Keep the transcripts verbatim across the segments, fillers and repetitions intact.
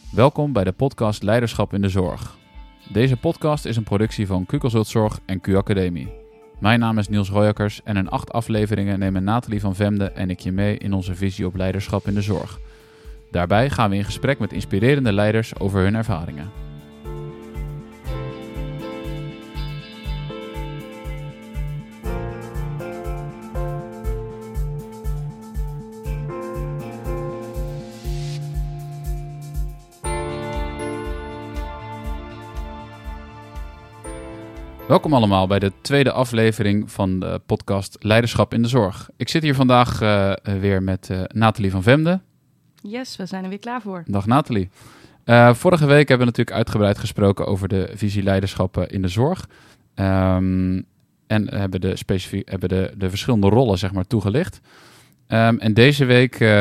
Welkom bij de podcast Leiderschap in de Zorg. Deze podcast is een productie van Q Consult Zorg en Q Academie. Mijn naam is Niels Royakkers en in acht afleveringen nemen Nathalie van Vemde en ik je mee in onze visie op leiderschap in de zorg. Daarbij gaan we in gesprek met inspirerende leiders over hun ervaringen. Welkom allemaal bij de tweede aflevering van de podcast Leiderschap in de Zorg. Ik zit hier vandaag uh, weer met uh, Nathalie van Vemde. Yes, we zijn er weer klaar voor. Dag Nathalie. Uh, vorige week hebben we natuurlijk uitgebreid gesproken over de visie leiderschap in de zorg. Um, en hebben, de, specifie- hebben de, de verschillende rollen zeg maar, toegelicht. Um, en deze week uh,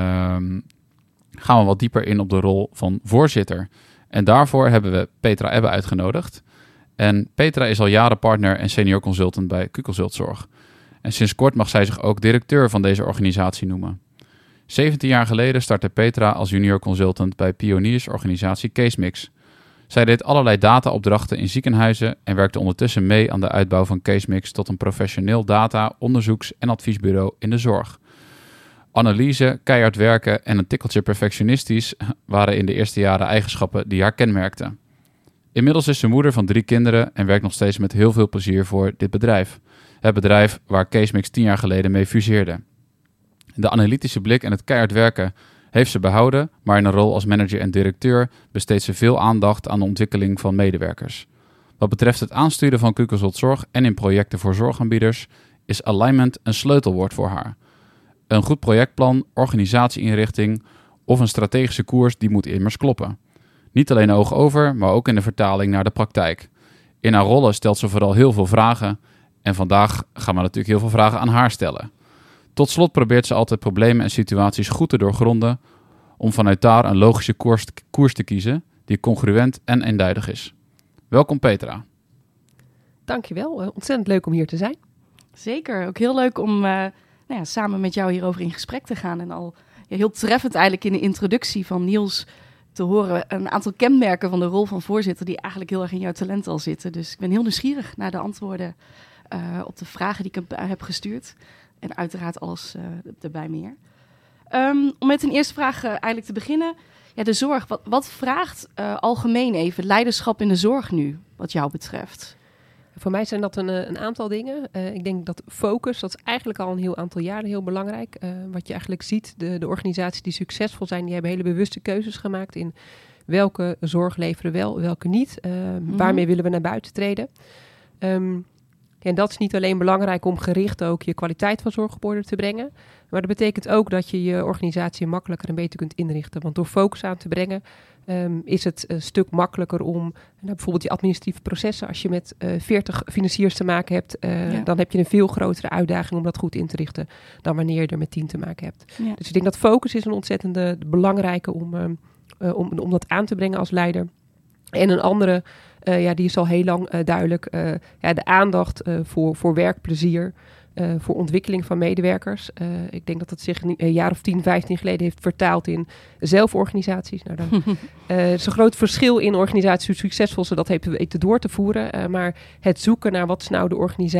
um, gaan we wat dieper in op de rol van voorzitter. En daarvoor hebben we Petra Ebbe uitgenodigd. En Petra is al jaren partner en senior consultant bij Q Consult Zorg. En sinds kort mag zij zich ook directeur van deze organisatie noemen. zeventien jaar geleden startte Petra als junior consultant bij pioniersorganisatie CaseMix. Zij deed allerlei dataopdrachten in ziekenhuizen en werkte ondertussen mee aan de uitbouw van CaseMix tot een professioneel data-, onderzoeks- en adviesbureau in de zorg. Analyse, keihard werken en een tikkeltje perfectionistisch waren in de eerste jaren eigenschappen die haar kenmerkten. Inmiddels is ze moeder van drie kinderen en werkt nog steeds met heel veel plezier voor dit bedrijf. Het bedrijf waar CaseMix tien jaar geleden mee fuseerde. De analytische blik en het keihard werken heeft ze behouden, maar in een rol als manager en directeur besteedt ze veel aandacht aan de ontwikkeling van medewerkers. Wat betreft het aansturen van Q Consult Zorg en in projecten voor zorgaanbieders is alignment een sleutelwoord voor haar. Een goed projectplan, organisatieinrichting of een strategische koers die moet immers kloppen. Niet alleen oog over, maar ook in de vertaling naar de praktijk. In haar rollen stelt ze vooral heel veel vragen en vandaag gaan we natuurlijk heel veel vragen aan haar stellen. Tot slot probeert ze altijd problemen en situaties goed te doorgronden om vanuit daar een logische koers, koers te kiezen die congruent en eenduidig is. Welkom Petra. Dankjewel, ontzettend leuk om hier te zijn. Zeker, ook heel leuk om uh, nou ja, samen met jou hierover in gesprek te gaan. En al ja, heel treffend eigenlijk in de introductie van Niels te horen een aantal kenmerken van de rol van voorzitter die eigenlijk heel erg in jouw talent al zitten. Dus ik ben heel nieuwsgierig naar de antwoorden uh, op de vragen die ik heb gestuurd. En uiteraard alles uh, erbij meer. Um, om met een eerste vraag uh, eigenlijk te beginnen. Ja, de zorg. Wat, wat vraagt uh, algemeen even leiderschap in de zorg nu, wat jou betreft? Voor mij zijn dat een, een aantal dingen. Uh, ik denk dat focus, dat is eigenlijk al een heel aantal jaren heel belangrijk. Uh, wat je eigenlijk ziet, de, de organisaties die succesvol zijn, die hebben hele bewuste keuzes gemaakt in welke zorg leveren wel, welke niet. Uh, mm-hmm. Waarmee willen we naar buiten treden. Um, En dat is niet alleen belangrijk om gericht ook je kwaliteit van zorg op orde te brengen. Maar dat betekent ook dat je je organisatie makkelijker en beter kunt inrichten. Want door focus aan te brengen um, is het een stuk makkelijker om nou, bijvoorbeeld die administratieve processen. Als je met uh, veertig financiers te maken hebt, uh, ja. dan heb je een veel grotere uitdaging om dat goed in te richten dan wanneer je er met tien te maken hebt. Ja. Dus ik denk dat focus is een ontzettende belangrijke om, um, uh, om, om dat aan te brengen als leider. En een andere, uh, ja, die is al heel lang uh, duidelijk, uh, ja, de aandacht uh, voor, voor werkplezier, uh, voor ontwikkeling van medewerkers. Uh, ik denk dat het zich een, een jaar of tien, vijftien geleden heeft vertaald in zelforganisaties. Nou, dan, uh, is een groot verschil in organisaties hoe succesvol ze dat hebben weten door te voeren. Uh, maar het zoeken naar wat is nou de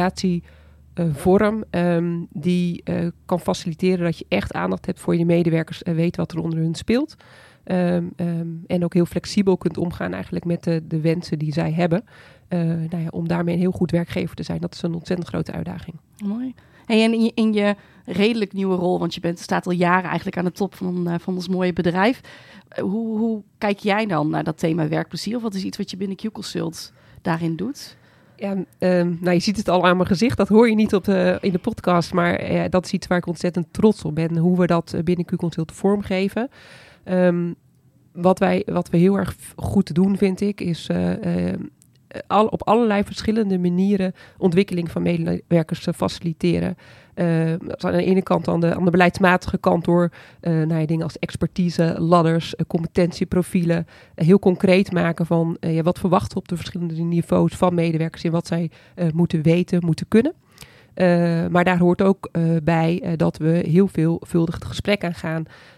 organisatievorm uh, um, die uh, kan faciliteren dat je echt aandacht hebt voor je medewerkers en weet wat er onder hun speelt. Um, um, en ook heel flexibel kunt omgaan eigenlijk met de, de wensen die zij hebben. Uh, nou ja, om daarmee een heel goed werkgever te zijn. Dat is een ontzettend grote uitdaging. Mooi. Hey, en in je, in je redelijk nieuwe rol, want je bent, staat al jaren eigenlijk aan de top van, uh, van ons mooie bedrijf. Uh, hoe, hoe kijk jij dan naar dat thema werkplezier? Of wat is iets wat je binnen Q Consult daarin doet? Ja, um, nou, je ziet het al aan mijn gezicht. Dat hoor je niet op de, in de podcast. Maar uh, dat is iets waar ik ontzettend trots op ben. Hoe we dat uh, binnen Q Consult vormgeven. Um, wat, wij, wat we heel erg goed doen, vind ik, is uh, uh, al, op allerlei verschillende manieren ontwikkeling van medewerkers uh, faciliteren. Uh, aan de ene kant aan de, aan de beleidsmatige kant door uh, nou ja, dingen als expertise, ladders, uh, competentieprofielen. Uh, heel concreet maken van uh, ja, wat verwachten we op de verschillende niveaus van medewerkers en wat zij uh, moeten weten, moeten kunnen. Uh, maar daar hoort ook uh, bij uh, dat we heel veelvuldig het gesprek aangaan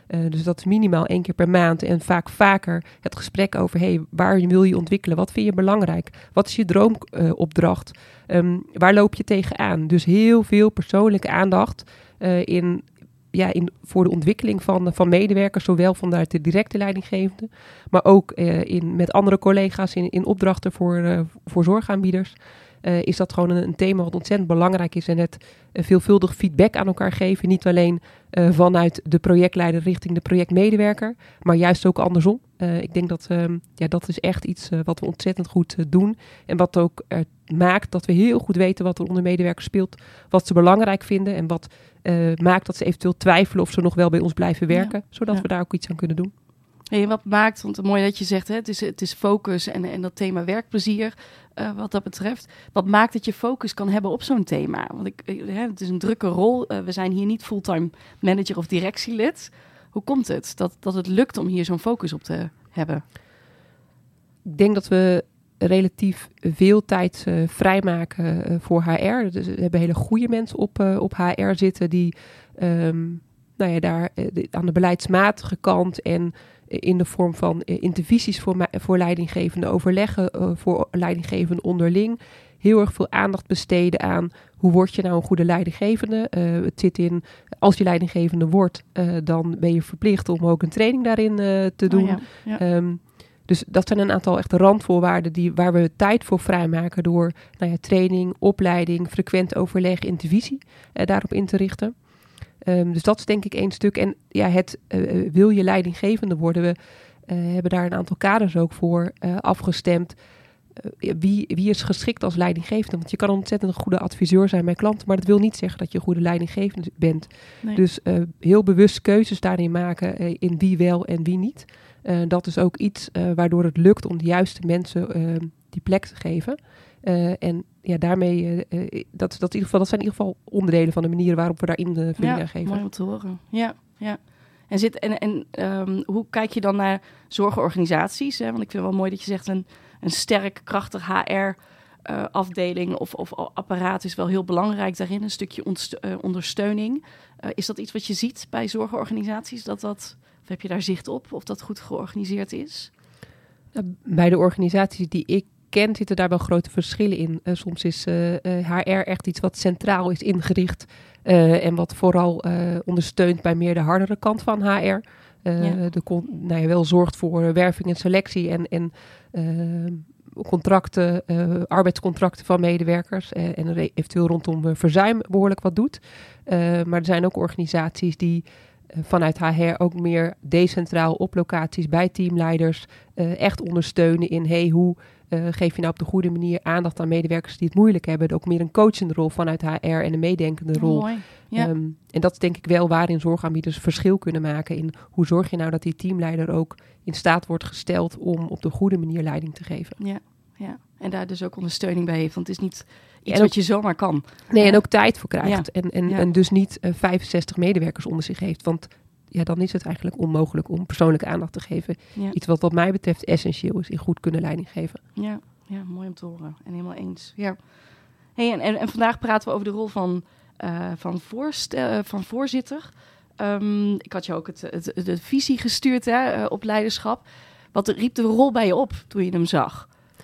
Uh, dus dat is minimaal één keer per maand en vaak vaker het gesprek over, hey, waar wil je ontwikkelen? Wat vind je belangrijk? Wat is je droomopdracht? Uh, um, waar loop je tegenaan? Dus heel veel persoonlijke aandacht uh, in, ja, in, voor de ontwikkeling van, van medewerkers, zowel vanuit de directe leidinggevende, maar ook uh, in, met andere collega's in, in opdrachten voor, uh, voor zorgaanbieders. Uh, is dat gewoon een, een thema wat ontzettend belangrijk is en het uh, veelvuldig feedback aan elkaar geven. Niet alleen uh, vanuit de projectleider richting de projectmedewerker, maar juist ook andersom. Uh, ik denk dat um, ja, dat is echt iets uh, wat we ontzettend goed uh, doen en wat ook uh, maakt dat we heel goed weten wat er onder medewerkers speelt, wat ze belangrijk vinden en wat uh, maakt dat ze eventueel twijfelen of ze nog wel bij ons blijven werken, ja. zodat ja. we daar ook iets aan kunnen doen. Hey, wat maakt, want mooi dat je zegt, hè, het, is, het is focus en, en dat thema werkplezier uh, wat dat betreft. Wat maakt dat je focus kan hebben op zo'n thema? Want ik, hè, het is een drukke rol. Uh, we zijn hier niet fulltime manager of directielid. Hoe komt het dat, dat het lukt om hier zo'n focus op te hebben? Ik denk dat we relatief veel tijd uh, vrijmaken uh, voor H R. Dus we hebben hele goede mensen op, uh, op H R zitten die um, nou ja, daar uh, de, aan de beleidsmatige kant en in de vorm van uh, intervisies voor, ma- voor leidinggevende overleggen, uh, voor leidinggevende onderling, heel erg veel aandacht besteden aan hoe word je nou een goede leidinggevende. Uh, het zit in, als je leidinggevende wordt, uh, dan ben je verplicht om ook een training daarin uh, te doen. Oh ja, ja. Um, dus dat zijn een aantal echte randvoorwaarden die, waar we tijd voor vrijmaken door nou ja, training, opleiding, frequent overleg, intervisie uh, daarop in te richten. Um, dus dat is denk ik één stuk. En ja, het uh, wil je leidinggevende worden. We uh, hebben daar een aantal kaders ook voor uh, afgestemd. Uh, wie, wie is geschikt als leidinggevende? Want je kan ontzettend een goede adviseur zijn bij klanten, maar dat wil niet zeggen dat je een goede leidinggevende bent. Nee. Dus uh, heel bewust keuzes daarin maken uh, in wie wel en wie niet. Uh, dat is ook iets uh, waardoor het lukt om de juiste mensen uh, die plek te geven. Uh, en ja, daarmee, uh, uh, dat, dat, in ieder geval, dat zijn in ieder geval onderdelen van de manier waarop we daar in de vulling ja, aan geven. Mooi om te horen. Ja, ja. En, zit, en, en um, hoe kijk je dan naar zorgorganisaties? Hè? Want ik vind het wel mooi dat je zegt een, een sterk, krachtig H R-afdeling uh, of, of apparaat is wel heel belangrijk daarin. Een stukje ontst- uh, ondersteuning. Uh, is dat iets wat je ziet bij zorgorganisaties? Dat dat, of heb je daar zicht op of dat goed georganiseerd is? Ja, bij de organisaties die ik ken zitten daar wel grote verschillen in. Uh, soms is uh, uh, H R echt iets wat centraal is ingericht uh, en wat vooral uh, ondersteunt bij meer de hardere kant van H R. Uh, ja. De con- nou ja, wel zorgt voor werving en selectie en, en uh, contracten, uh, arbeidscontracten van medewerkers uh, en re- eventueel rondom uh, verzuim behoorlijk wat doet. Uh, maar er zijn ook organisaties die uh, vanuit H R ook meer decentraal op locaties bij teamleiders uh, echt ondersteunen in hey, hoe Uh, geef je nou op de goede manier aandacht aan medewerkers die het moeilijk hebben. Ook meer een coachende rol vanuit H R en een meedenkende rol. Oh, mooi. Ja. Um, en dat is denk ik wel waarin zorgaanbieders verschil kunnen maken in hoe zorg je nou dat die teamleider ook in staat wordt gesteld om op de goede manier leiding te geven. Ja, ja. En daar dus ook ondersteuning bij heeft. Want het is niet iets ook, wat je zomaar kan. Nee, ja. en ook tijd voor krijgt. Ja. En, en, ja. en dus niet uh, vijfenzestig medewerkers onder zich heeft. Want ja, dan is het eigenlijk onmogelijk om persoonlijke aandacht te geven. Ja. Iets wat wat mij betreft essentieel is in goed kunnen leiding geven. Ja, ja, mooi om te horen. En helemaal eens. Ja. Hey, en, en, en vandaag praten we over de rol van, uh, van, voorst, uh, van voorzitter. Um, ik had je ook het, het, het, de visie gestuurd hè, uh, op leiderschap. Wat riep de rol bij je op toen je hem zag?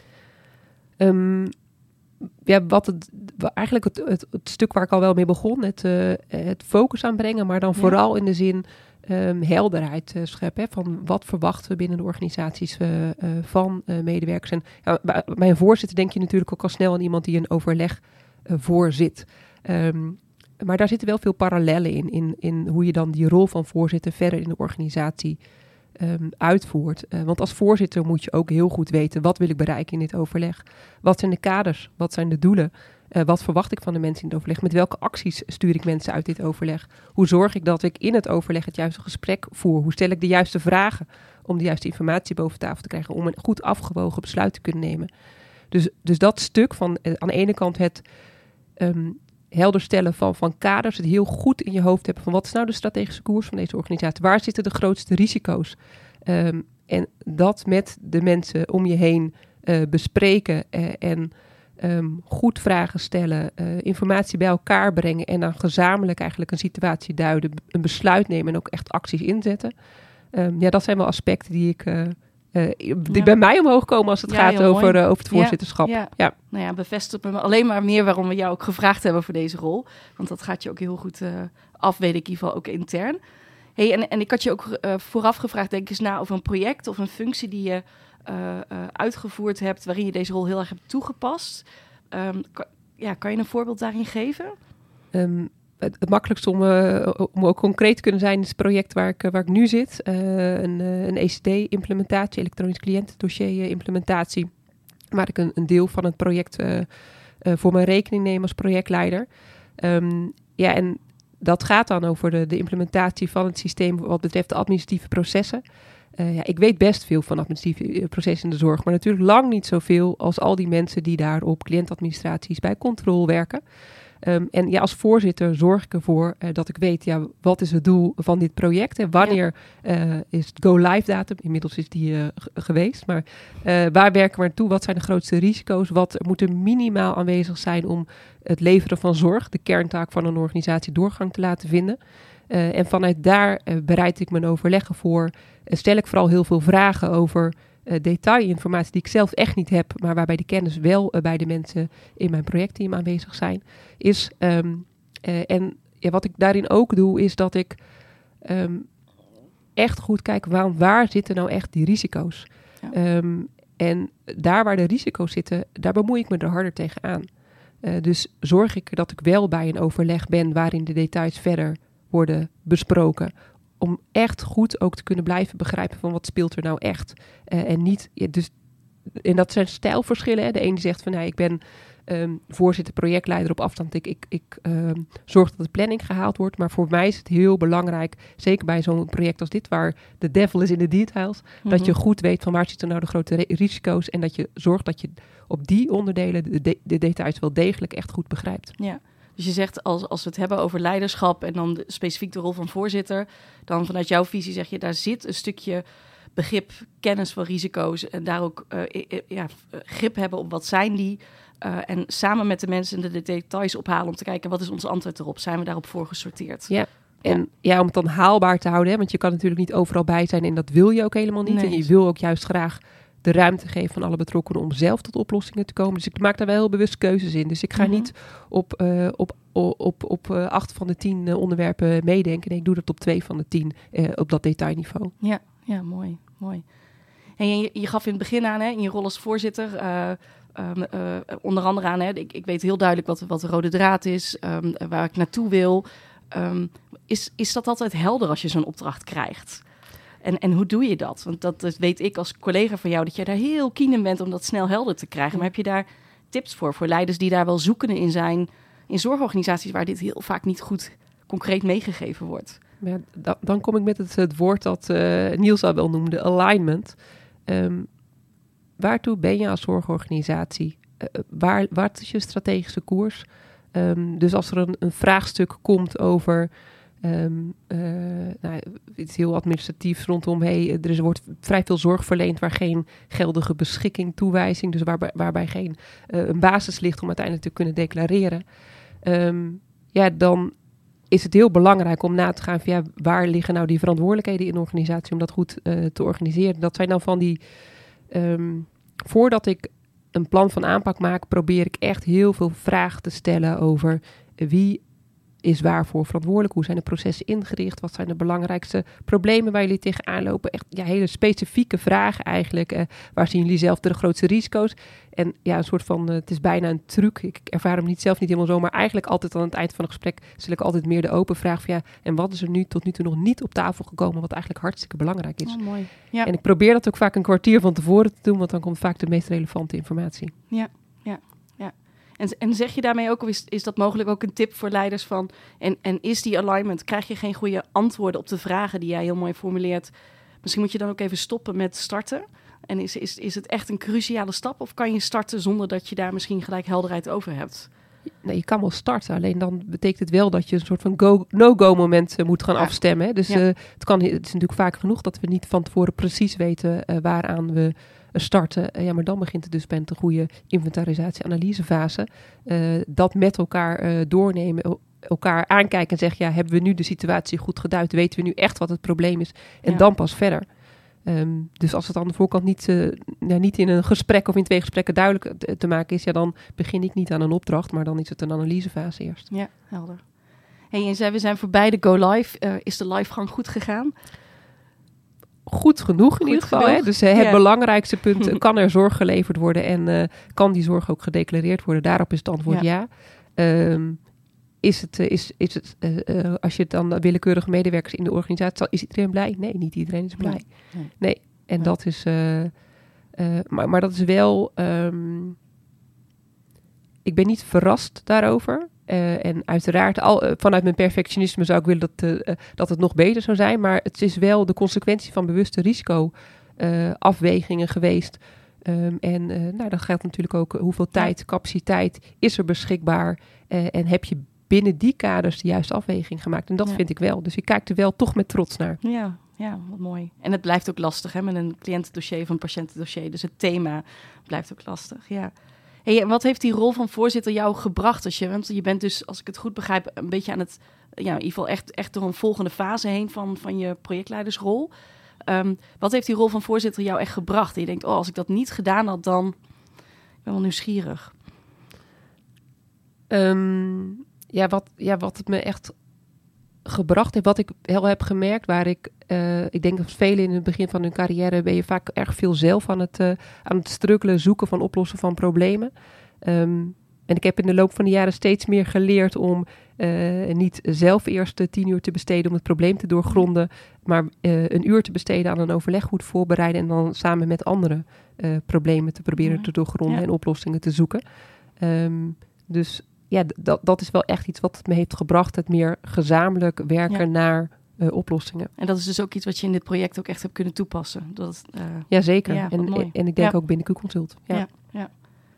Um, ja, wat het, eigenlijk het, het, het stuk waar ik al wel mee begon. Het, uh, het focus aanbrengen, maar dan ja. vooral in de zin um, helderheid uh, scheppen. Hè, van wat verwachten we binnen de organisaties uh, uh, van uh, medewerkers. En ja, bij, bij een voorzitter denk je natuurlijk ook al snel aan iemand die een overleg uh, voorzit. Um, maar daar zitten wel veel parallellen in, in, in hoe je dan die rol van voorzitter verder in de organisatie Um, uitvoert. Uh, want als voorzitter moet je ook heel goed weten, wat wil ik bereiken in dit overleg? Wat zijn de kaders? Wat zijn de doelen? Uh, wat verwacht ik van de mensen in het overleg? Met welke acties stuur ik mensen uit dit overleg? Hoe zorg ik dat ik in het overleg het juiste gesprek voer? Hoe stel ik de juiste vragen om de juiste informatie boven tafel te krijgen? Om een goed afgewogen besluit te kunnen nemen. Dus, dus dat stuk van uh, aan de ene kant het um, helder stellen van, van kaders, het heel goed in je hoofd hebben van wat is nou de strategische koers van deze organisatie? Waar zitten de grootste risico's? Um, en dat met de mensen om je heen uh, bespreken uh, en Um, goed vragen stellen, uh, informatie bij elkaar brengen en dan gezamenlijk eigenlijk een situatie duiden, b- een besluit nemen en ook echt acties inzetten. Um, ja, dat zijn wel aspecten die ik uh, uh, die ja. bij mij omhoog komen als het Ja, gaat over, uh, over het voorzitterschap. Ja, ja. Ja. Nou ja, bevestigt me alleen maar meer waarom we jou ook gevraagd hebben voor deze rol. Want dat gaat je ook heel goed uh, af, weet ik in ieder geval ook intern. Hey, en, en ik had je ook uh, vooraf gevraagd, denk eens na over een project of een functie die je uh, uh, uitgevoerd hebt, waarin je deze rol heel erg hebt toegepast. Um, kan, ja, kan je een voorbeeld daarin geven? Um, het, het makkelijkste om, uh, om ook concreet te kunnen zijn is het project waar ik, waar ik nu zit. Uh, een, uh, een E C D-implementatie, elektronisch cliëntendossier-implementatie, waar ik een, een deel van het project uh, uh, voor mijn rekening neem als projectleider. Um, ja, en dat gaat dan over de, de implementatie van het systeem wat betreft de administratieve processen. Uh, ja, ik weet best veel van administratieve processen in de zorg, maar natuurlijk lang niet zoveel als al die mensen die daar op cliëntadministraties bij Control werken. Um, en ja, als voorzitter zorg ik ervoor uh, dat ik weet, ja, wat is het doel van dit project en wanneer uh, is het go-live datum? Inmiddels is die uh, g- geweest, maar uh, waar werken we naartoe? Wat zijn de grootste risico's? Wat moet er minimaal aanwezig zijn om het leveren van zorg, de kerntaak van een organisatie, doorgang te laten vinden? Uh, en vanuit daar uh, bereid ik mijn overleggen voor. Uh, stel ik vooral heel veel vragen over uh, detailinformatie die ik zelf echt niet heb, maar waarbij de kennis wel uh, bij de mensen in mijn projectteam aanwezig zijn. Is, um, uh, en ja, wat ik daarin ook doe, is dat ik um, echt goed kijk, waar, waar zitten nou echt die risico's? Ja. Um, en daar waar de risico's zitten, daar bemoei ik me er harder tegenaan. Uh, dus zorg ik dat ik wel bij een overleg ben waarin de details verder worden besproken. Om echt goed ook te kunnen blijven begrijpen van wat speelt er nou echt. Uh, en niet, ja, dus, en dat zijn stijlverschillen. Hè. De ene zegt van, nou, ik ben um, voorzitter, projectleider op afstand. Ik, ik, ik um, zorg dat de planning gehaald wordt. Maar voor mij is het heel belangrijk, zeker bij zo'n project als dit, waar de devil is in de details, mm-hmm. dat je goed weet van waar zitten nou de grote re- risico's. En dat je zorgt dat je op die onderdelen de, de, de details wel degelijk echt goed begrijpt. Ja. Dus je zegt, als, als we het hebben over leiderschap en dan de, specifiek de rol van voorzitter, dan vanuit jouw visie zeg je, daar zit een stukje begrip, kennis van risico's en daar ook uh, ja, grip hebben op wat zijn die. Uh, en samen met de mensen de, de details ophalen om te kijken, wat is ons antwoord erop? Zijn we daarop voor gesorteerd? Ja. En ja, om het dan haalbaar te houden, hè, want je kan natuurlijk niet overal bij zijn en dat wil je ook helemaal niet. Nee. En je wil ook juist graag de ruimte geven van alle betrokkenen om zelf tot oplossingen te komen. Dus ik maak daar wel heel bewust keuzes in. Dus ik ga mm-hmm. niet op, uh, op, op, op, op uh, acht van de tien uh, onderwerpen meedenken. Nee, ik doe dat op twee van de tien uh, op dat detailniveau. Ja, ja, mooi, mooi. En je, je gaf in het begin aan, hè, in je rol als voorzitter, uh, um, uh, onder andere aan, hè, ik, ik weet heel duidelijk wat, wat de rode draad is, um, waar ik naartoe wil. Um, is, is dat altijd helder als je zo'n opdracht krijgt? En, en hoe doe je dat? Want dat, dat weet ik als collega van jou, dat jij daar heel keen in bent om dat snel helder te krijgen. Maar heb je daar tips voor, voor leiders die daar wel zoekende in zijn, in zorgorganisaties waar dit heel vaak niet goed concreet meegegeven wordt? Ja, da- dan kom ik met het, het woord dat uh, Niels al wel noemde, alignment. Um, waartoe ben je als zorgorganisatie? Uh, waar, wat is je strategische koers? Um, dus als er een, een vraagstuk komt over Um, uh, nou, iets heel administratiefs rondom, hey, er is, wordt vrij veel zorg verleend waar geen geldige beschikking, toewijzing, dus waarbij, waarbij geen uh, een basis ligt om uiteindelijk te kunnen declareren. Um, ja, dan is het heel belangrijk om na te gaan van ja, waar liggen nou die verantwoordelijkheden in de organisatie om dat goed uh, te organiseren. Dat zijn dan van die, um, voordat ik een plan van aanpak maak, probeer ik echt heel veel vragen te stellen over wie is waarvoor verantwoordelijk? Hoe zijn de processen ingericht? Wat zijn de belangrijkste problemen waar jullie tegenaan lopen? Echt ja, hele specifieke vragen eigenlijk. Uh, waar zien jullie zelf de grootste risico's? En ja, een soort van, uh, het is bijna een truc. Ik ervaar hem niet zelf niet helemaal zo, maar eigenlijk altijd aan het eind van een gesprek stel ik altijd meer de open vraag van ja, en wat is er nu tot nu toe nog niet op tafel gekomen wat eigenlijk hartstikke belangrijk is? Oh, mooi. Ja. En ik probeer dat ook vaak een kwartier van tevoren te doen, want dan komt vaak de meest relevante informatie. Ja, ja, ja. En, en zeg je daarmee ook, of is, is dat mogelijk ook een tip voor leiders van, en, en is die alignment, krijg je geen goede antwoorden op de vragen die jij heel mooi formuleert? Misschien moet je dan ook even stoppen met starten. En is, is, is het echt een cruciale stap of kan je starten zonder dat je daar misschien gelijk helderheid over hebt? Nou, je kan wel starten, alleen dan betekent het wel dat je een soort van go, no-go moment uh, moet gaan ja. afstemmen. Hè? Dus ja. uh, het, kan, het is natuurlijk vaak genoeg dat we niet van tevoren precies weten uh, waaraan we uh, starten. Uh, ja, maar dan begint het dus bij een goede inventarisatie-analysefase. Uh, dat met elkaar uh, doornemen, elkaar aankijken en zeggen, ja, hebben we nu de situatie goed geduid? Weten we nu echt wat het probleem is? En ja. dan pas verder. Um, dus als het aan de voorkant niet, uh, nou, niet in een gesprek of in twee gesprekken duidelijk te, te maken is, ja, dan begin ik niet aan een opdracht, maar dan is het een analysefase eerst. Ja, helder. Hey, en zei, we zijn voorbij de go live. Uh, is de livegang goed gegaan? Goed genoeg in goed ieder geval. Hè? Dus uh, het ja. belangrijkste punt, kan er zorg geleverd worden en uh, kan die zorg ook gedeclareerd worden? Daarop is het antwoord ja. ja. Um, Is het, is, is het uh, uh, als je het dan willekeurige medewerkers in de organisatie, is iedereen blij? Nee, niet iedereen is blij. Nee, nee. nee. en nee. dat is, uh, uh, maar, maar dat is wel, um, ik ben niet verrast daarover. Uh, en uiteraard, al, uh, vanuit mijn perfectionisme zou ik willen dat, uh, uh, dat het nog beter zou zijn. Maar het is wel de consequentie van bewuste risico-afwegingen uh, geweest. Um, en uh, nou, dat geldt natuurlijk ook uh, hoeveel tijd, capaciteit is er beschikbaar. Uh, en heb je binnen die kaders de juiste afweging gemaakt. En dat ja. vind ik wel. Dus je kijkt er wel toch met trots naar. Ja, ja, wat mooi. En het blijft ook lastig, hè, met een cliëntendossier of een patiëntendossier. Dus het thema blijft ook lastig, ja. Hey, en wat heeft die rol van voorzitter jou gebracht? Als je, want je bent dus, als ik het goed begrijp, een beetje aan het, ja, in ieder geval echt, echt door een volgende fase heen van, van je projectleidersrol. Um, wat heeft die rol van voorzitter jou echt gebracht? En je denkt, oh, als ik dat niet gedaan had, dan... Ik ben wel nieuwsgierig. Um, ja, wat, ja, wat het me echt gebracht heeft, wat ik wel heb gemerkt, waar ik, uh, ik denk dat velen in het begin van hun carrière ben je vaak erg veel zelf aan het, uh, aan het struggelen, zoeken van oplossen van problemen. Um, en ik heb in de loop van de jaren steeds meer geleerd om uh, niet zelf eerst de tien uur te besteden om het probleem te doorgronden, maar uh, een uur te besteden aan een overleg goed voorbereiden en dan samen met anderen uh, problemen te proberen ja. te doorgronden ja. en oplossingen te zoeken. Um, dus ja, d- dat, dat is wel echt iets wat het me heeft gebracht, het meer gezamenlijk werken ja. naar uh, oplossingen. En dat is dus ook iets wat je in dit project ook echt hebt kunnen toepassen. Dat, uh, Jazeker. Ja, en, en, en ik denk ja. ook binnen Q-Consult. Ja. Ja, ja.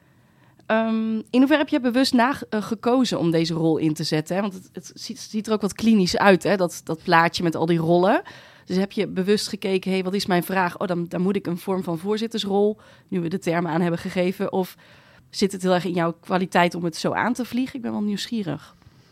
Um, in hoeverre heb je bewust na uh, gekozen om deze rol in te zetten? Hè? Want het, het ziet, ziet er ook wat klinisch uit, hè? Dat, dat plaatje met al die rollen. Dus heb je bewust gekeken, hey, wat is mijn vraag? Oh, dan, dan moet ik een vorm van voorzittersrol, nu we de termen aan hebben gegeven. Of zit het heel erg in jouw kwaliteit om het zo aan te vliegen? Ik ben wel nieuwsgierig.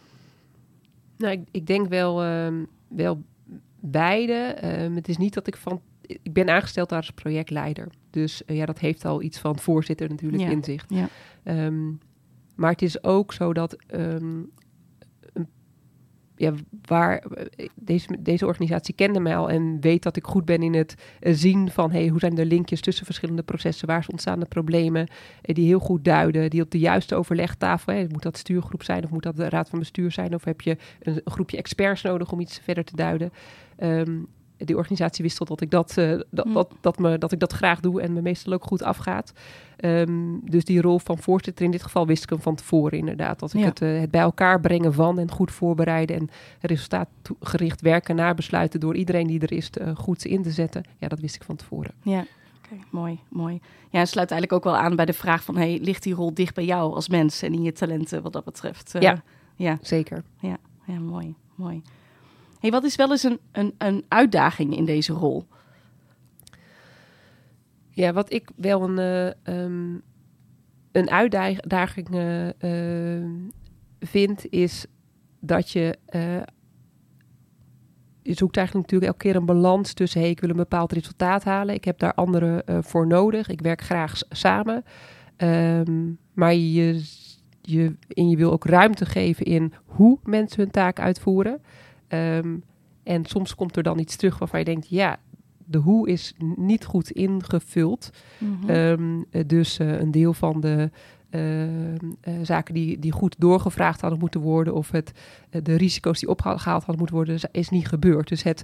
Nou, ik, ik denk wel, um, wel beide. Um, het is niet dat ik van... Ik ben aangesteld als projectleider. Dus uh, ja, dat heeft al iets van voorzitter natuurlijk ja. in zich. Ja. Um, maar het is ook zo dat... Um, um, ja, waar deze, deze organisatie kende mij al en weet dat ik goed ben in het uh, zien van hey, hoe zijn de linkjes tussen verschillende processen, waar ontstaan de problemen, uh, die heel goed duiden, die op de juiste overlegtafel, hè, moet dat stuurgroep zijn of moet dat de raad van bestuur zijn of heb je een, een groepje experts nodig om iets verder te duiden. Um, die organisatie wist al dat ik dat, uh, dat, mm. dat, dat, me, dat ik dat graag doe en me meestal ook goed afgaat. Um, dus die rol van voorzitter, in dit geval wist ik hem van tevoren inderdaad. Dat ik ja. het, uh, het bij elkaar brengen van en goed voorbereiden en resultaatgericht werken naar besluiten door iedereen die er is uh, goed in te zetten. Ja, dat wist ik van tevoren. Ja, okay, mooi, mooi. Ja, het sluit eigenlijk ook wel aan bij de vraag van, hey, ligt die rol dicht bij jou als mens en in je talenten wat dat betreft? Uh, ja, ja, zeker. Ja, ja, mooi, mooi. Hey, wat is wel eens een, een, een uitdaging in deze rol? Ja, wat ik wel een, uh, um, een uitdaging uh, uh, vind, is dat je... Uh, je zoekt eigenlijk natuurlijk elke keer een balans tussen... hey, ik wil een bepaald resultaat halen. Ik heb daar anderen uh, voor nodig. Ik werk graag s- samen. Um, maar je, je, en je wil ook ruimte geven in hoe mensen hun taak uitvoeren... Um, en soms komt er dan iets terug waarvan je denkt... ja, de hoe is niet goed ingevuld. Mm-hmm. Um, dus uh, een deel van de uh, uh, zaken die, die goed doorgevraagd hadden moeten worden... of het, uh, de risico's die opgehaald hadden moeten worden... is niet gebeurd. Dus het,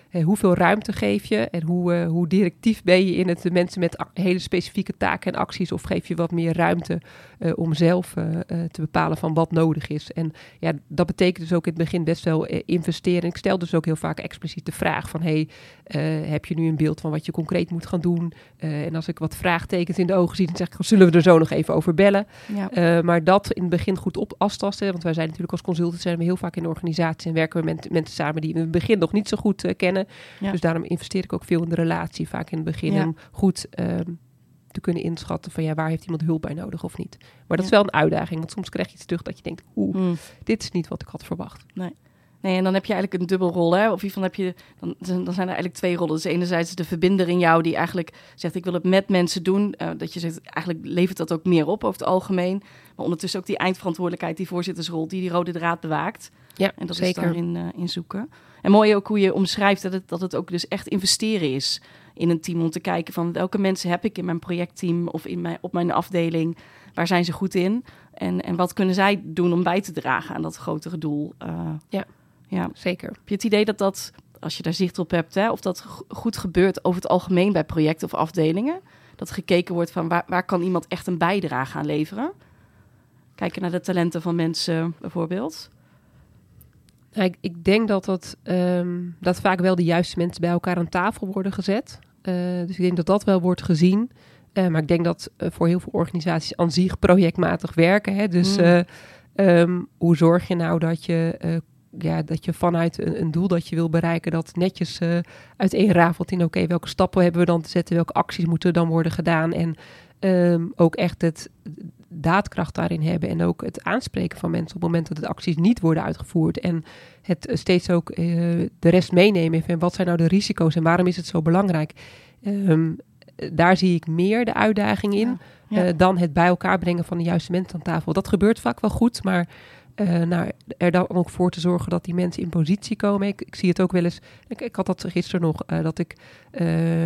Uh, hoeveel ruimte geef je en hoe, uh, hoe directief ben je in het de mensen met a- hele specifieke taken en acties, of geef je wat meer ruimte uh, om zelf uh, uh, te bepalen van wat nodig is. En ja, dat betekent dus ook in het begin best wel uh, investeren. Ik stel dus ook heel vaak expliciet de vraag van, hey, uh, heb je nu een beeld van wat je concreet moet gaan doen? Uh, en als ik wat vraagtekens in de ogen zie, dan zeg ik, zullen we er zo nog even over bellen? Ja. Uh, maar dat in het begin goed op aftasten, want wij zijn natuurlijk als consultants zijn we heel vaak in de organisatie en werken we met mensen samen die we in het begin nog niet zo goed uh, kennen. Ja. Dus daarom investeer ik ook veel in de relatie, vaak in het begin, ja. om goed um, te kunnen inschatten van ja, waar heeft iemand hulp bij nodig of niet. Maar dat ja. is wel een uitdaging, want soms krijg je iets terug dat je denkt, oeh, mm. dit is niet wat ik had verwacht. Nee. Nee, en dan heb je eigenlijk een dubbelrol, hè? Of hiervan heb je, dan, dan zijn er eigenlijk twee rollen. Dus enerzijds de verbinder in jou die eigenlijk zegt, ik wil het met mensen doen. Uh, dat je zegt, eigenlijk levert dat ook meer op over het algemeen. Maar ondertussen ook die eindverantwoordelijkheid, die voorzittersrol, die die rode draad bewaakt. Ja, en dat zeker. is daarin uh, in zoeken. En mooi ook hoe je omschrijft dat het, dat het ook dus echt investeren is in een team. Om te kijken van welke mensen heb ik in mijn projectteam of in mijn, op mijn afdeling. Waar zijn ze goed in? En, en wat kunnen zij doen om bij te dragen aan dat grotere doel? Uh, ja. Ja, zeker. Heb je het idee dat dat, als je daar zicht op hebt, hè, of dat g- goed gebeurt over het algemeen bij projecten of afdelingen? Dat gekeken wordt van waar, waar kan iemand echt een bijdrage aan leveren? Kijken naar de talenten van mensen bijvoorbeeld. Nou, ik, ik denk dat, dat, um, dat vaak wel de juiste mensen bij elkaar aan tafel worden gezet. Uh, dus ik denk dat dat wel wordt gezien. Uh, maar ik denk dat uh, voor heel veel organisaties aan zich projectmatig werken. Hè? Dus mm. uh, um, hoe zorg je nou dat je... Uh, Ja, dat je vanuit een, een doel dat je wil bereiken, dat netjes uh, uiteenrafelt in oké, okay, welke stappen hebben we dan te zetten, welke acties moeten dan worden gedaan en um, ook echt het daadkracht daarin hebben en ook het aanspreken van mensen op het moment dat de acties niet worden uitgevoerd en het uh, steeds ook uh, de rest meenemen en wat zijn nou de risico's en waarom is het zo belangrijk. Um, daar zie ik meer de uitdaging in ja, ja. Uh, dan het bij elkaar brengen van de juiste mensen aan tafel. Dat gebeurt vaak wel goed, maar Uh, nou, er dan ook voor te zorgen dat die mensen in positie komen. Ik, ik zie het ook wel eens. Ik, ik had dat gisteren nog. Uh, dat ik uh,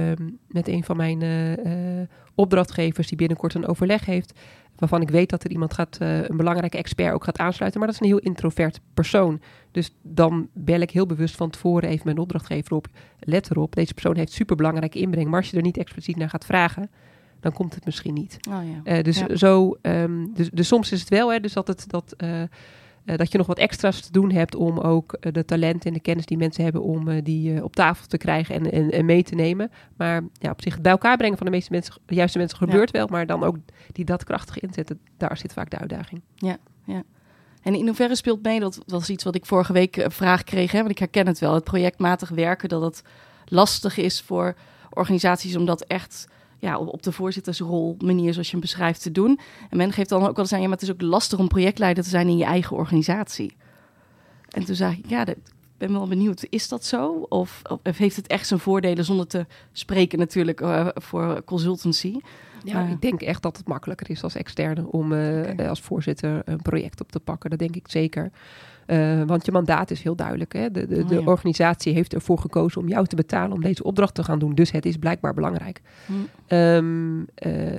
met een van mijn uh, uh, opdrachtgevers die binnenkort een overleg heeft. Waarvan ik weet dat er iemand gaat, uh, een belangrijke expert ook gaat aansluiten. Maar dat is een heel introvert persoon. Dus dan bel ik heel bewust van tevoren even mijn opdrachtgever op. Let erop, deze persoon heeft superbelangrijke inbreng. Maar als je er niet expliciet naar gaat vragen, dan komt het misschien niet. Oh ja. uh, dus ja. zo, um, dus, dus soms is het wel, hè, dus dat het dat. Uh, Uh, dat je nog wat extra's te doen hebt om ook uh, de talent en de kennis die mensen hebben om uh, die uh, op tafel te krijgen en, en, en mee te nemen. Maar ja, op zich het bij elkaar brengen van de meeste mensen, de juiste mensen gebeurt ja. wel, maar dan ook die datkrachtige inzetten, daar zit vaak de uitdaging. Ja, ja. En in hoeverre speelt mee, dat was iets wat ik vorige week een vraag kreeg, hè, want ik herken het wel, het projectmatig werken, dat het lastig is voor organisaties om dat echt ja, op de voorzittersrol manier zoals je hem beschrijft te doen. En men geeft dan ook wel eens aan, ja, maar het is ook lastig om projectleider te zijn in je eigen organisatie. En toen zei ik, ja, ik ben wel benieuwd, is dat zo? Of, of heeft het echt zijn voordelen zonder te spreken natuurlijk uh, voor consultancy? Ja, uh, ik denk echt dat het makkelijker is als externe om uh, okay. als voorzitter een project op te pakken. Dat denk ik zeker. Uh, want je mandaat is heel duidelijk. Hè? De, de, oh, de ja. organisatie heeft ervoor gekozen om jou te betalen om deze opdracht te gaan doen. Dus het is blijkbaar belangrijk. Hmm. Um, uh,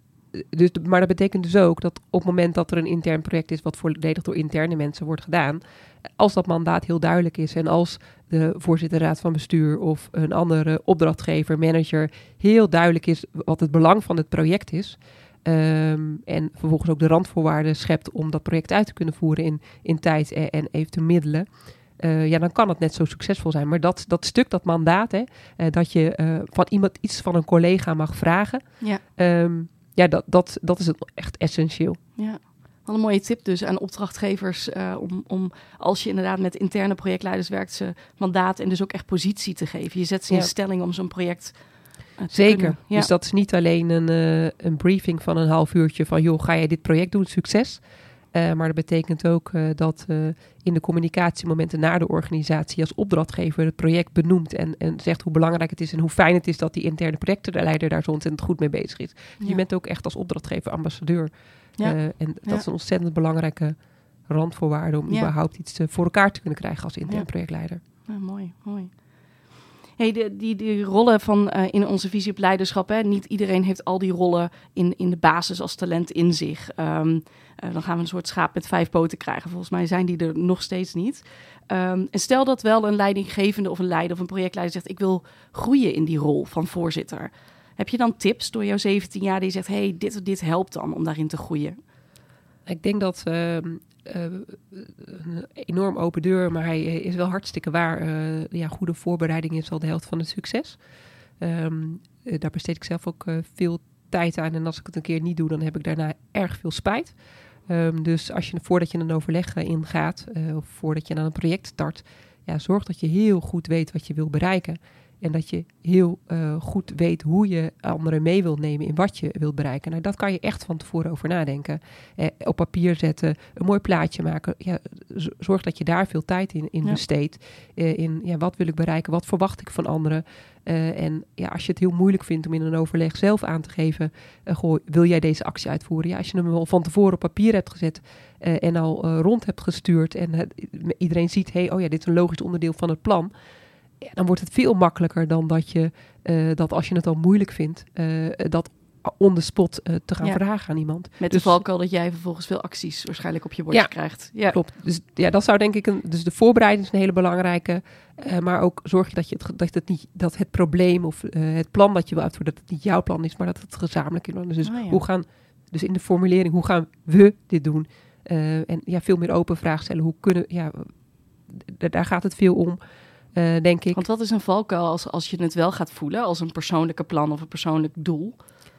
dus, maar dat betekent dus ook dat op het moment dat er een intern project is wat volledig door interne mensen wordt gedaan, als dat mandaat heel duidelijk is en als de voorzitter raad van bestuur of een andere opdrachtgever, manager heel duidelijk is wat het belang van het project is, Um, en vervolgens ook de randvoorwaarden schept om dat project uit te kunnen voeren in, in tijd en, en eventueel middelen. Uh, ja, dan kan het net zo succesvol zijn. Maar dat, dat stuk, dat mandaat, hè, uh, dat je uh, van iemand iets van een collega mag vragen, ja, um, ja dat, dat, dat is het echt essentieel. Ja. Wel een mooie tip dus aan opdrachtgevers uh, om, om als je inderdaad met interne projectleiders werkt, ze mandaat en dus ook echt positie te geven. Je zet ze in ja. stelling om zo'n project Zeker. Ja. Dus dat is niet alleen een, uh, een briefing van een half uurtje van joh, ga jij dit project doen? Succes. Uh, maar dat betekent ook uh, dat uh, in de communicatiemomenten naar de organisatie als opdrachtgever het project benoemt en, en zegt hoe belangrijk het is en hoe fijn het is dat die interne projectleider daar zo ontzettend goed mee bezig is. Dus ja. je bent ook echt als opdrachtgever ambassadeur. Ja. Uh, en dat ja. is een ontzettend belangrijke randvoorwaarde om ja. überhaupt iets uh, voor elkaar te kunnen krijgen als intern ja. projectleider. Ja, mooi, mooi. Hey, de, die, die rollen van uh, in onze visie op leiderschap, hè, niet iedereen heeft al die rollen in, in de basis als talent in zich. Um, uh, dan gaan we een soort schaap met vijf poten krijgen. Volgens mij zijn die er nog steeds niet. Um, en stel dat wel een leidinggevende of een leider of een projectleider zegt, ik wil groeien in die rol van voorzitter. Heb je dan tips door jouw zeventien jaar die zegt, hey, dit, dit helpt dan om daarin te groeien? Ik denk dat uh, uh, een enorm open deur, maar hij is wel hartstikke waar. Uh, ja, goede voorbereiding is al de helft van het succes. Um, uh, daar besteed ik zelf ook uh, veel tijd aan. En als ik het een keer niet doe, dan heb ik daarna erg veel spijt. Um, dus als je, voordat je een overleg uh, ingaat, uh, of voordat je aan een project start, ja, zorg dat je heel goed weet wat je wil bereiken. En dat je heel uh, goed weet hoe je anderen mee wilt nemen in wat je wilt bereiken. Nou, dat kan je echt van tevoren over nadenken. Eh, op papier zetten, een mooi plaatje maken. Ja, z- zorg dat je daar veel tijd in, in ja. besteedt. Uh, in ja, wat wil ik bereiken, wat verwacht ik van anderen. Uh, en ja, als je het heel moeilijk vindt om in een overleg zelf aan te geven, Uh, goh, wil jij deze actie uitvoeren? Ja, als je hem al van tevoren op papier hebt gezet uh, en al uh, rond hebt gestuurd. En uh, iedereen ziet, hey, oh ja, dit is een logisch onderdeel van het plan. Ja, dan wordt het veel makkelijker dan dat je uh, dat als je het al moeilijk vindt, uh, dat on the spot uh, te gaan ja. vragen aan iemand. Met dus, de valkuil dat jij vervolgens veel acties waarschijnlijk op je bordje ja, krijgt. Ja, klopt. Dus ja, dat zou denk ik een. Dus de voorbereiding is een hele belangrijke. Uh, maar ook zorg je dat je het, dat het niet dat het probleem of uh, het plan dat je wil uitvoeren, dat het niet jouw plan is, maar dat het gezamenlijk is. Dus oh, ja. hoe gaan dus in de formulering, hoe gaan we dit doen? Uh, en ja, veel meer open vragen stellen. Hoe kunnen ja, d- daar gaat het veel om. Uh, denk ik. Want wat is een valkuil als, als je het wel gaat voelen als een persoonlijke plan of een persoonlijk doel?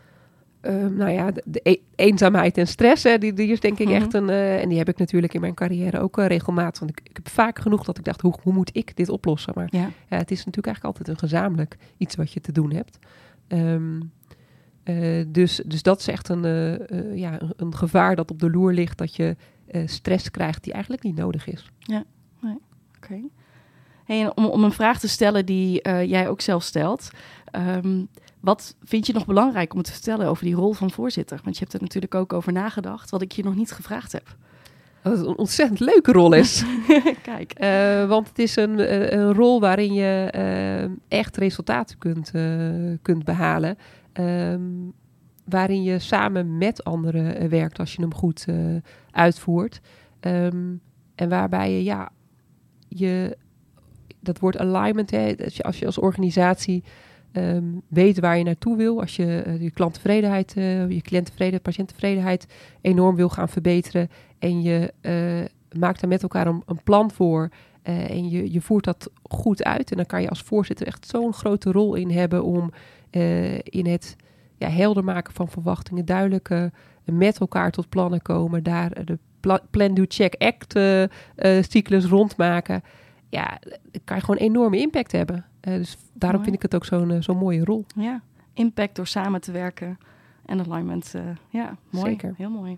Uh, nou ja, de, de e- eenzaamheid en stress, hè, die, die is denk ik mm-hmm. echt een... Uh, en die heb ik natuurlijk in mijn carrière ook uh, regelmatig. Want ik, ik heb vaak genoeg dat ik dacht, hoe, hoe moet ik dit oplossen? Maar ja. Ja, het is natuurlijk eigenlijk altijd een gezamenlijk iets wat je te doen hebt. Um, uh, dus, dus dat is echt een, uh, uh, ja, een, een gevaar dat op de loer ligt, dat je uh, stress krijgt die eigenlijk niet nodig is. Ja, nee. oké. Okay. Hey, en om, om een vraag te stellen die uh, jij ook zelf stelt. Um, wat vind je nog belangrijk om te vertellen over die rol van voorzitter? Want je hebt er natuurlijk ook over nagedacht, wat ik je nog niet gevraagd heb. Dat het een ontzettend leuke rol is. Kijk. Uh, want het is een, uh, een rol waarin je uh, echt resultaten kunt, uh, kunt behalen. Um, waarin je samen met anderen uh, werkt als je hem goed uh, uitvoert. Um, en waarbij je, ja, je... Dat woord alignment, hè, als, je, als je als organisatie um, weet waar je naartoe wil. Als je uh, je klanttevredenheid, uh, je cliënttevredenheid, patiënttevredenheid enorm wil gaan verbeteren. En je uh, maakt daar met elkaar een, een plan voor. Uh, en je, je voert dat goed uit. En dan kan je als voorzitter echt zo'n grote rol in hebben om uh, in het ja, helder maken van verwachtingen, duidelijk uh, met elkaar tot plannen komen. Daar de pla- plan, do, check, act uh, uh, cyclus rondmaken. Ja, kan je gewoon enorme impact hebben. Uh, dus daarom mooi. Vind ik het ook zo'n, uh, zo'n mooie rol. Ja, impact door samen te werken en alignment. Uh, ja, mooi. Zeker. Heel mooi.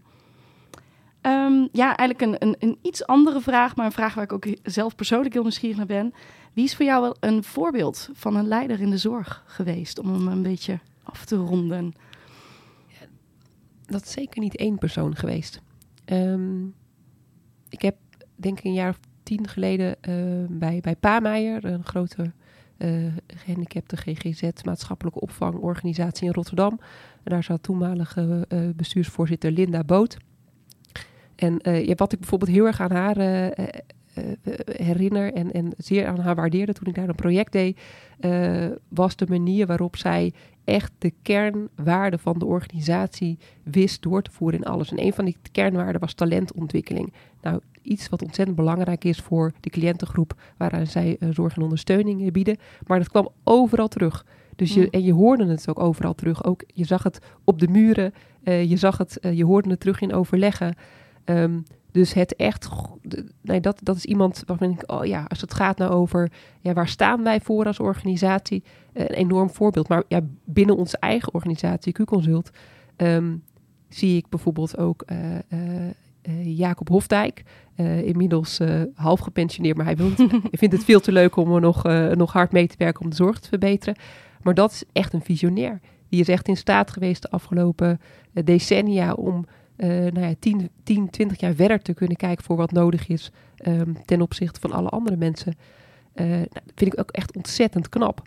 Um, ja, eigenlijk een, een, een iets andere vraag, maar een vraag waar ik ook zelf persoonlijk heel nieuwsgierig naar ben. Wie is voor jou wel een voorbeeld van een leider in de zorg geweest? Om hem een beetje af te ronden. Ja, dat is zeker niet één persoon geweest. Um, ik heb denk ik een jaar of tien geleden uh, bij, bij Paameijer, een grote uh, gehandicapte G G Z maatschappelijke opvangorganisatie in Rotterdam. En daar zat toenmalige uh, bestuursvoorzitter Linda Boot. En uh, ja, wat ik bijvoorbeeld heel erg aan haar uh, uh, herinner en, en zeer aan haar waardeerde toen ik daar een project deed, uh, was de manier waarop zij echt de kernwaarden van de organisatie wist door te voeren in alles. En een van die kernwaarden was talentontwikkeling. Nou, iets wat ontzettend belangrijk is voor de cliëntengroep waaraan zij uh, zorg en ondersteuning uh, bieden. Maar dat kwam overal terug. Dus je, en je hoorde het ook overal terug. Ook, je zag het op de muren, uh, je zag het, uh, je hoorde het terug in overleggen. Um, dus het echt, nee, dat, dat is iemand waarvan ik, oh ja, als het gaat nou over, ja, waar staan wij voor als organisatie? Uh, een enorm voorbeeld. Maar ja, binnen onze eigen organisatie, Q-Consult, um, zie ik bijvoorbeeld ook uh, uh, uh, Jacob Hofdijk, uh, inmiddels uh, half gepensioneerd, maar hij wil het, hij vindt het veel te leuk om er nog, uh, nog hard mee te werken om de zorg te verbeteren. Maar dat is echt een visionair. Die is echt in staat geweest de afgelopen uh, decennia om Uh, nou ja, tien, tien, twintig jaar verder te kunnen kijken voor wat nodig is um, ten opzichte van alle andere mensen. Uh, nou, dat vind ik ook echt ontzettend knap.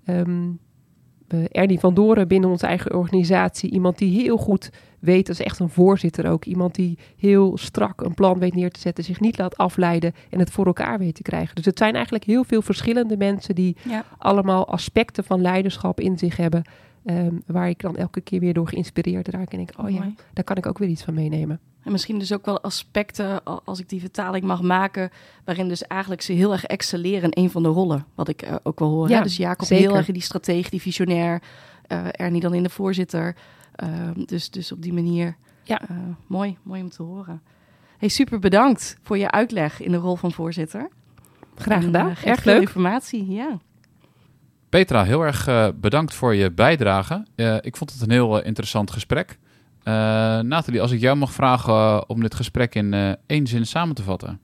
Um, uh, Ernie van Doren binnen onze eigen organisatie. Iemand die heel goed weet, dat is echt een voorzitter ook. Iemand die heel strak een plan weet neer te zetten, zich niet laat afleiden en het voor elkaar weet te krijgen. Dus het zijn eigenlijk heel veel verschillende mensen die ja. allemaal aspecten van leiderschap in zich hebben. Um, waar ik dan elke keer weer door geïnspireerd raak. En denk, oh ja, daar kan ik ook weer iets van meenemen. En misschien dus ook wel aspecten, als ik die vertaling mag maken, waarin dus eigenlijk ze heel erg excelleren in een van de rollen. Wat ik uh, ook wel hoor. Ja, hè? Dus Jacob zeker. heel erg in die strategie, die visionair. Uh, Ernie dan in de voorzitter. Uh, dus, dus op die manier. Ja. Uh, mooi, mooi om te horen. Hey, super bedankt voor je uitleg in de rol van voorzitter. Graag gedaan. En, uh, erg veel leuk. informatie, ja. Petra, heel erg uh, bedankt voor je bijdrage. Uh, ik vond het een heel uh, interessant gesprek. Uh, Nathalie, als ik jou mag vragen uh, om dit gesprek in uh, één zin samen te vatten.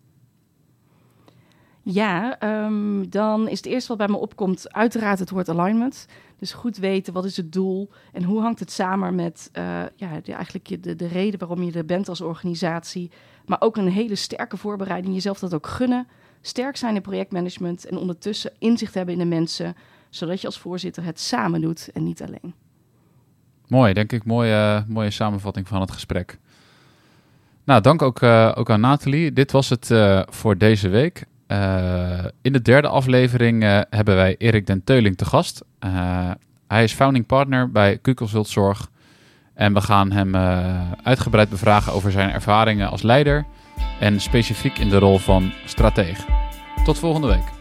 Ja, um, dan is het eerste wat bij me opkomt uiteraard het woord alignment. Dus goed weten, wat is het doel en hoe hangt het samen met uh, ja, de, eigenlijk de, de reden waarom je er bent als organisatie. Maar ook een hele sterke voorbereiding, jezelf dat ook gunnen. Sterk zijn in projectmanagement en ondertussen inzicht hebben in de mensen, zodat je als voorzitter het samen doet en niet alleen. Mooi, denk ik. Mooie, mooie samenvatting van het gesprek. Nou, dank ook, uh, ook aan Nathalie. Dit was het uh, voor deze week. Uh, in de derde aflevering uh, hebben wij Erik den Teuling te gast. Uh, hij is founding partner bij Q-Consult Zorg. En we gaan hem uh, uitgebreid bevragen over zijn ervaringen als leider en specifiek in de rol van strateeg. Tot volgende week.